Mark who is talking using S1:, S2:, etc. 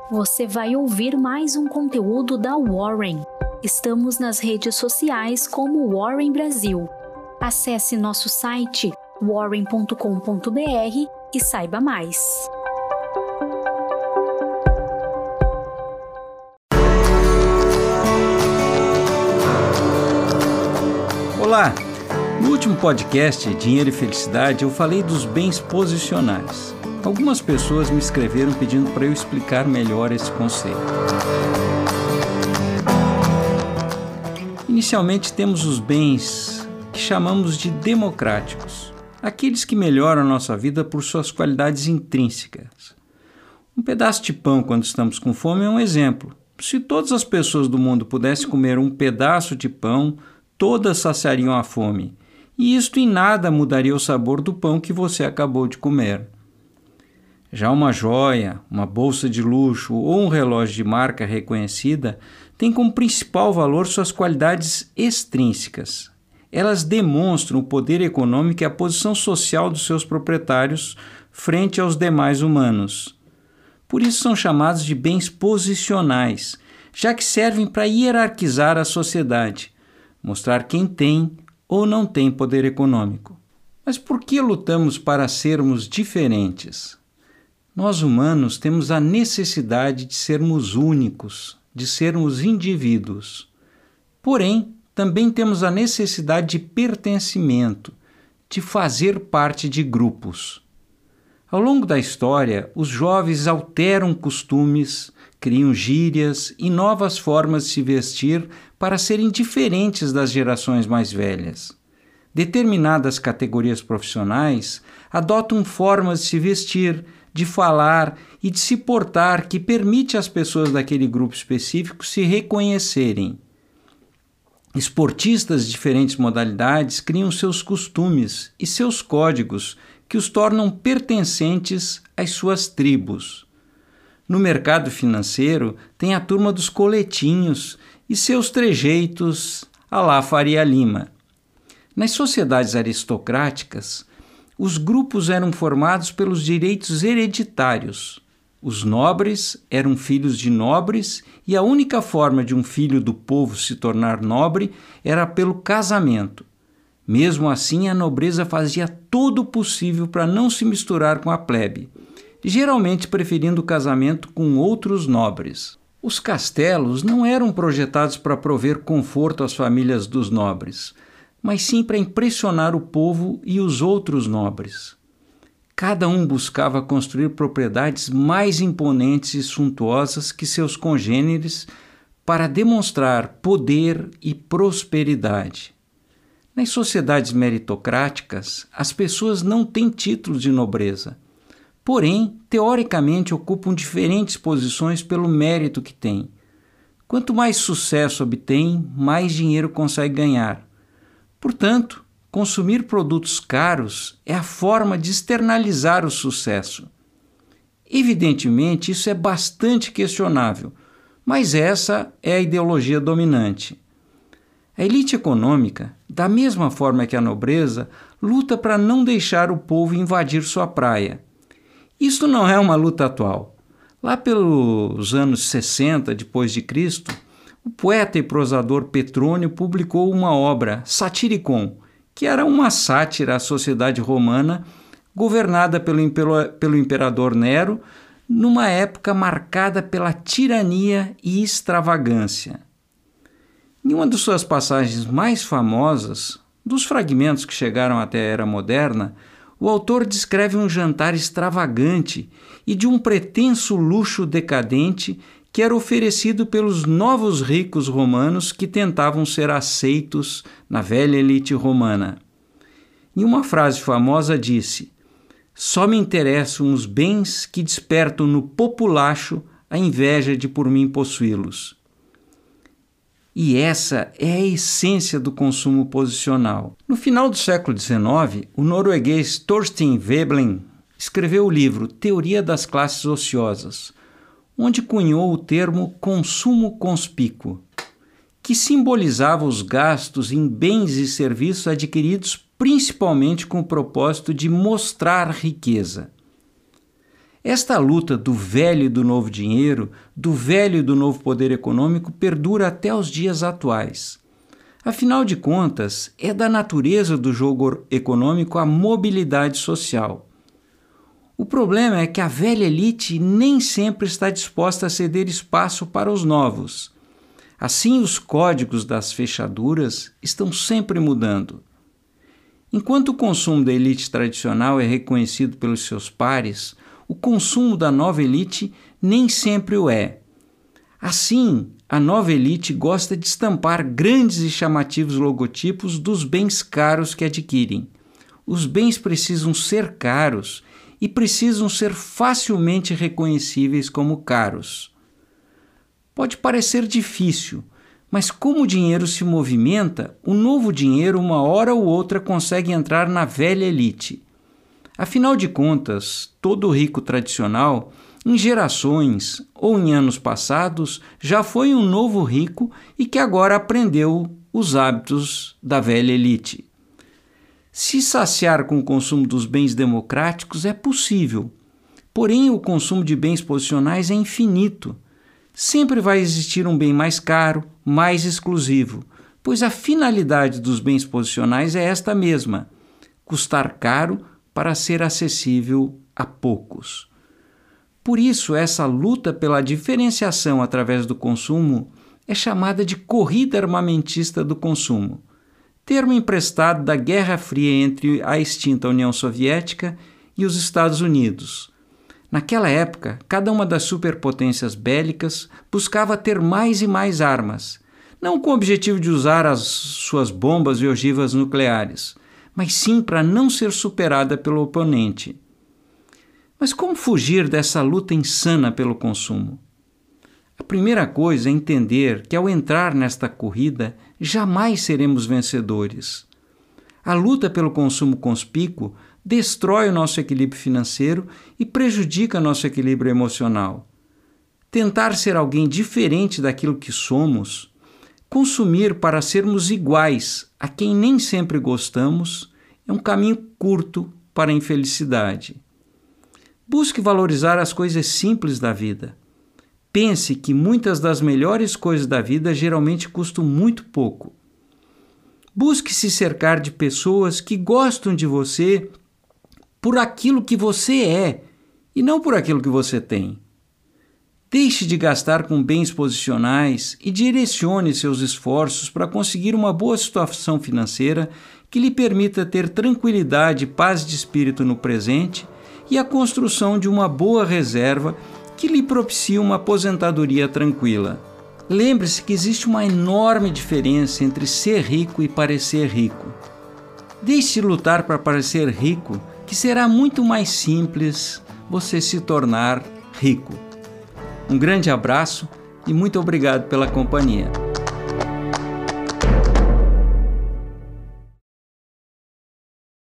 S1: você vai ouvir mais um conteúdo da Warren. Estamos nas redes sociais como Warren Brasil. Acesse nosso site warren.com.br e saiba mais.
S2: Olá! No último podcast, Dinheiro e Felicidade, eu falei dos bens posicionais. Algumas pessoas me escreveram pedindo para eu explicar melhor esse conceito. Inicialmente temos os bens que chamamos de democráticos, aqueles que melhoram a nossa vida por suas qualidades intrínsecas. Um pedaço de pão quando estamos com fome é um exemplo. Se todas as pessoas do mundo pudessem comer um pedaço de pão, todas saciariam a fome, e isto em nada mudaria o sabor do pão que você acabou de comer. Já uma joia, uma bolsa de luxo ou um relógio de marca reconhecida tem como principal valor suas qualidades extrínsecas. Elas demonstram o poder econômico e a posição social dos seus proprietários frente aos demais humanos. Por isso são chamados de bens posicionais, já que servem para hierarquizar a sociedade, mostrar quem tem ou não tem poder econômico. Mas por que lutamos para sermos diferentes? Nós humanos temos a necessidade de sermos únicos, de sermos indivíduos. Porém, também temos a necessidade de pertencimento, de fazer parte de grupos. Ao longo da história, os jovens alteram costumes, criam gírias e novas formas de se vestir para serem diferentes das gerações mais velhas. Determinadas categorias profissionais adotam formas de se vestir, de falar e de se portar que permite às pessoas daquele grupo específico se reconhecerem. Esportistas de diferentes modalidades criam seus costumes e seus códigos que os tornam pertencentes às suas tribos. No mercado financeiro, tem a turma dos coletinhos e seus trejeitos à la Faria Lima. Nas sociedades aristocráticas, os grupos eram formados pelos direitos hereditários. Os nobres eram filhos de nobres e a única forma de um filho do povo se tornar nobre era pelo casamento. Mesmo assim, a nobreza fazia todo o possível para não se misturar com a plebe, geralmente preferindo o casamento com outros nobres. Os castelos não eram projetados para prover conforto às famílias dos nobres, mas sim para impressionar o povo e os outros nobres. Cada um buscava construir propriedades mais imponentes e suntuosas que seus congêneres para demonstrar poder e prosperidade. Nas sociedades meritocráticas, as pessoas não têm títulos de nobreza, porém, teoricamente ocupam diferentes posições pelo mérito que têm. Quanto mais sucesso obtém, mais dinheiro consegue ganhar. Portanto, consumir produtos caros é a forma de externalizar o sucesso. Evidentemente, isso é bastante questionável, mas essa é a ideologia dominante. A elite econômica, da mesma forma que a nobreza, luta para não deixar o povo invadir sua praia. Isso não é uma luta atual. Lá pelos anos 60 d.C., o poeta e prosador Petrônio publicou uma obra, Satyricon, que era uma sátira à sociedade romana governada pelo imperador Nero, numa época marcada pela tirania e extravagância. Em uma de suas passagens mais famosas, dos fragmentos que chegaram até a Era Moderna, o autor descreve um jantar extravagante e de um pretenso luxo decadente que era oferecido pelos novos ricos romanos que tentavam ser aceitos na velha elite romana. Em uma frase famosa disse: "Só me interessam os bens que despertam no populacho a inveja de por mim possuí-los." E essa é a essência do consumo posicional. No final do século XIX, o norueguês Thorstein Veblen escreveu o livro Teoria das Classes Ociosas, onde cunhou o termo consumo conspícuo, que simbolizava os gastos em bens e serviços adquiridos principalmente com o propósito de mostrar riqueza. Esta luta do velho e do novo dinheiro, do velho e do novo poder econômico, perdura até os dias atuais. Afinal de contas, é da natureza do jogo econômico a mobilidade social. O problema é que a velha elite nem sempre está disposta a ceder espaço para os novos. Assim, os códigos das fechaduras estão sempre mudando. Enquanto o consumo da elite tradicional é reconhecido pelos seus pares, o consumo da nova elite nem sempre o é. Assim, a nova elite gosta de estampar grandes e chamativos logotipos dos bens caros que adquirem. Os bens precisam ser caros e precisam ser facilmente reconhecíveis como caros. Pode parecer difícil, mas como o dinheiro se movimenta, o novo dinheiro uma hora ou outra consegue entrar na velha elite. Afinal de contas, todo rico tradicional, em gerações ou em anos passados, já foi um novo rico e que agora aprendeu os hábitos da velha elite. Se saciar com o consumo dos bens democráticos é possível, porém o consumo de bens posicionais é infinito. Sempre vai existir um bem mais caro, mais exclusivo, pois a finalidade dos bens posicionais é esta mesma: custar caro para ser acessível a poucos. Por isso, essa luta pela diferenciação através do consumo é chamada de corrida armamentista do consumo, termo emprestado da Guerra Fria entre a extinta União Soviética e os Estados Unidos. Naquela época, cada uma das superpotências bélicas buscava ter mais e mais armas, não com o objetivo de usar as suas bombas e ogivas nucleares, mas sim para não ser superada pelo oponente. Mas como fugir dessa luta insana pelo consumo? A primeira coisa é entender que ao entrar nesta corrida, jamais seremos vencedores. A luta pelo consumo conspícuo destrói o nosso equilíbrio financeiro e prejudica nosso equilíbrio emocional. Tentar ser alguém diferente daquilo que somos, consumir para sermos iguais a quem nem sempre gostamos, é um caminho curto para a infelicidade. Busque valorizar as coisas simples da vida. Pense que muitas das melhores coisas da vida geralmente custam muito pouco. Busque se cercar de pessoas que gostam de você por aquilo que você é e não por aquilo que você tem. Deixe de gastar com bens posicionais e direcione seus esforços para conseguir uma boa situação financeira que lhe permita ter tranquilidade e paz de espírito no presente e a construção de uma boa reserva que lhe propicie uma aposentadoria tranquila. Lembre-se que existe uma enorme diferença entre ser rico e parecer rico. Deixe-se lutar para parecer rico, que será muito mais simples você se tornar rico. Um grande abraço e muito obrigado pela companhia.